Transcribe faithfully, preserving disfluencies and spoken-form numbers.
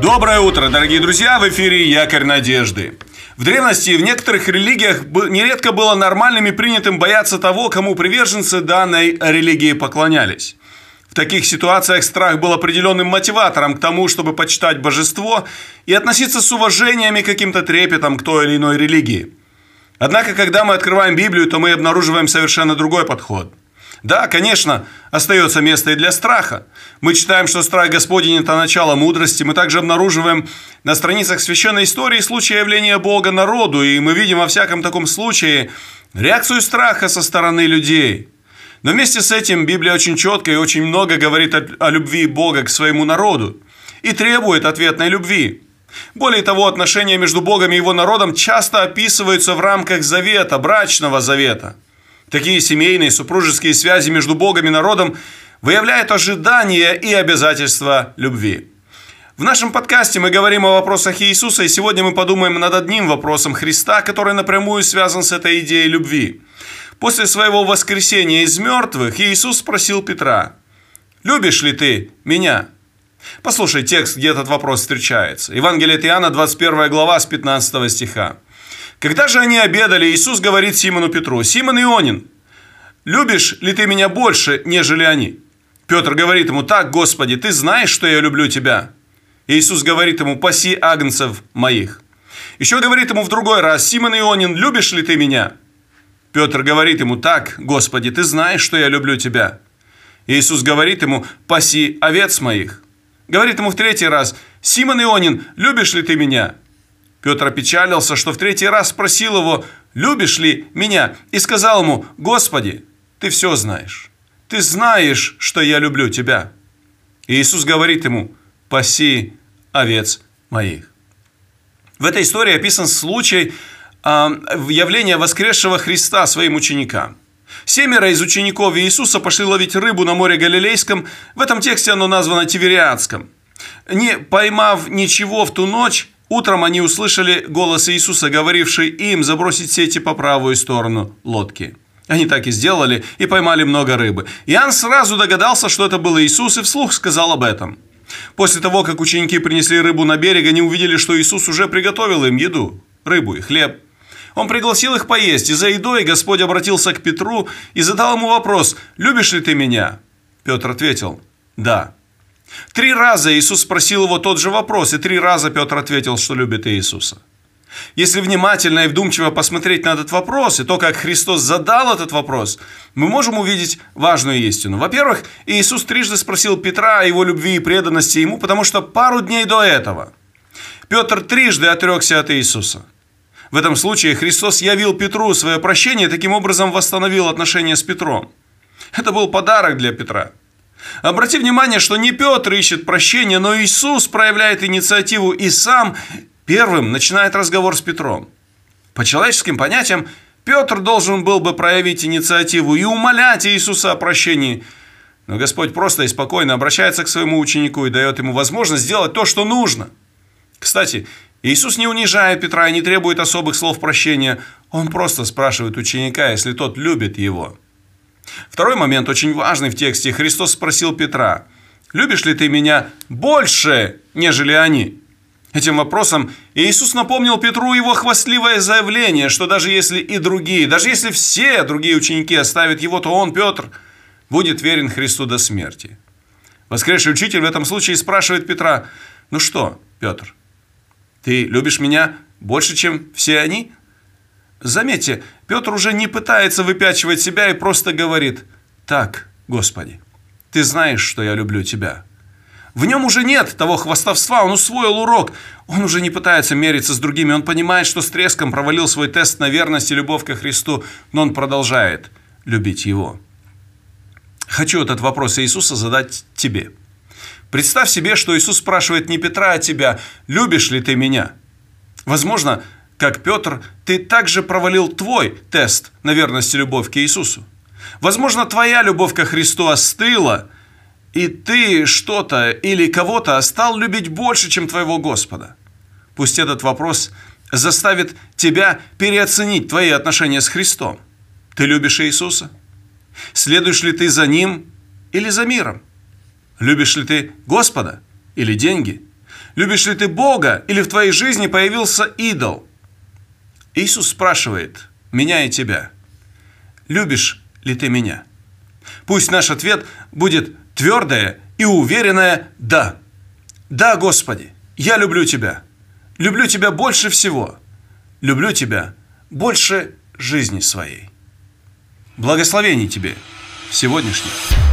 Доброе утро, дорогие друзья! В эфире «Якорь надежды». В древности в некоторых религиях нередко было нормальным и принятым бояться того, кому приверженцы данной религии поклонялись. В таких ситуациях страх был определенным мотиватором к тому, чтобы почитать божество и относиться с уважением и каким-то трепетом к той или иной религии. Однако, когда мы открываем Библию, то мы обнаруживаем совершенно другой подход. Да, конечно, остается место и для страха. Мы читаем, что страх Господень – это начало мудрости. Мы также обнаруживаем на страницах священной истории случай явления Бога народу, и мы видим во всяком таком случае реакцию страха со стороны людей. Но вместе с этим Библия очень четко и очень много говорит о, о любви Бога к своему народу и требует ответной любви. Более того, отношения между Богом и его народом часто описываются в рамках завета, брачного завета. Такие семейные, супружеские связи между Богом и народом выявляют ожидания и обязательства любви. В нашем подкасте мы говорим о вопросах Иисуса, и сегодня мы подумаем над одним вопросом Христа, который напрямую связан с этой идеей любви. После своего воскресения из мертвых Иисус спросил Петра: «Любишь ли ты меня?» Послушай текст, где этот вопрос встречается. Евангелие от Иоанна, двадцать первая глава, с пятнадцатого стиха. Когда же они обедали, Иисус говорит Симону Петру: «Симон Ионин, любишь ли ты меня больше, нежели они?» Петр говорит ему: «Так, Господи, ты знаешь, что я люблю тебя». Иисус говорит ему: «Паси агнцев моих». Еще говорит ему в другой раз: «Симон Ионин, любишь ли ты меня?» Петр говорит ему: «Так, Господи, ты знаешь, что я люблю тебя». Иисус говорит ему: «Паси овец моих». Говорит ему в третий раз: «Симон Ионин, любишь ли ты меня?» Петр опечалился, что в третий раз спросил его: «Любишь ли меня?» И сказал ему: «Господи, ты все знаешь. Ты знаешь, что я люблю тебя». И Иисус говорит ему: «Паси овец моих». В этой истории описан случай э, явления воскресшего Христа своим ученикам. Семеро из учеников Иисуса пошли ловить рыбу на море Галилейском. В этом тексте оно названо Тивериадском. Не поймав ничего в ту ночь, утром они услышали голос Иисуса, говоривший им забросить сети по правую сторону лодки. Они так и сделали и поймали много рыбы. Иоанн сразу догадался, что это был Иисус, и вслух сказал об этом. После того, как ученики принесли рыбу на берег, они увидели, что Иисус уже приготовил им еду, рыбу и хлеб. Он пригласил их поесть, и за едой Господь обратился к Петру и задал ему вопрос: «Любишь ли ты меня?» Петр ответил: «Да». Три раза Иисус спросил его тот же вопрос, и три раза Петр ответил, что любит Иисуса. Если внимательно и вдумчиво посмотреть на этот вопрос, и то, как Христос задал этот вопрос, мы можем увидеть важную истину. Во-первых, Иисус трижды спросил Петра о его любви и преданности ему, потому что пару дней до этого Петр трижды отрекся от Иисуса. В этом случае Христос явил Петру свое прощение и таким образом восстановил отношения с Петром. Это был подарок для Петра. Обрати внимание, что не Петр ищет прощения, но Иисус проявляет инициативу и сам первым начинает разговор с Петром. По человеческим понятиям, Петр должен был бы проявить инициативу и умолять Иисуса о прощении. Но Господь просто и спокойно обращается к своему ученику и дает ему возможность сделать то, что нужно. Кстати, Иисус не унижает Петра и не требует особых слов прощения. Он просто спрашивает ученика, если тот любит его. Второй момент, очень важный в тексте. Христос спросил Петра: «Любишь ли ты меня больше, нежели они?» Этим вопросом Иисус напомнил Петру его хвастливое заявление, что даже если и другие, даже если все другие ученики оставят его, то он, Петр, будет верен Христу до смерти. Воскресший учитель в этом случае спрашивает Петра: «Ну что, Петр, ты любишь меня больше, чем все они?» Заметьте, Петр уже не пытается выпячивать себя и просто говорит: «Так, Господи, ты знаешь, что я люблю тебя». В нем уже нет того хвастовства, он усвоил урок. Он уже не пытается мериться с другими, он понимает, что с треском провалил свой тест на верность и любовь ко Христу, но он продолжает любить Его. Хочу этот вопрос Иисуса задать тебе. Представь себе, что Иисус спрашивает не Петра, а тебя: «Любишь ли ты меня?» Возможно, как Петр, ты также провалил твой тест на верность и любовь к Иисусу. Возможно, твоя любовь ко Христу остыла, и ты что-то или кого-то стал любить больше, чем твоего Господа. Пусть этот вопрос заставит тебя переоценить твои отношения с Христом. Ты любишь Иисуса? Следуешь ли ты за Ним или за миром? Любишь ли ты Господа или деньги? Любишь ли ты Бога, или в твоей жизни появился идол? Иисус спрашивает меня и тебя: любишь ли ты меня? Пусть наш ответ будет твердое и уверенное «да». Да, Господи, я люблю Тебя. Люблю Тебя больше всего. Люблю Тебя больше жизни своей. Благословений тебе в сегодняшнем.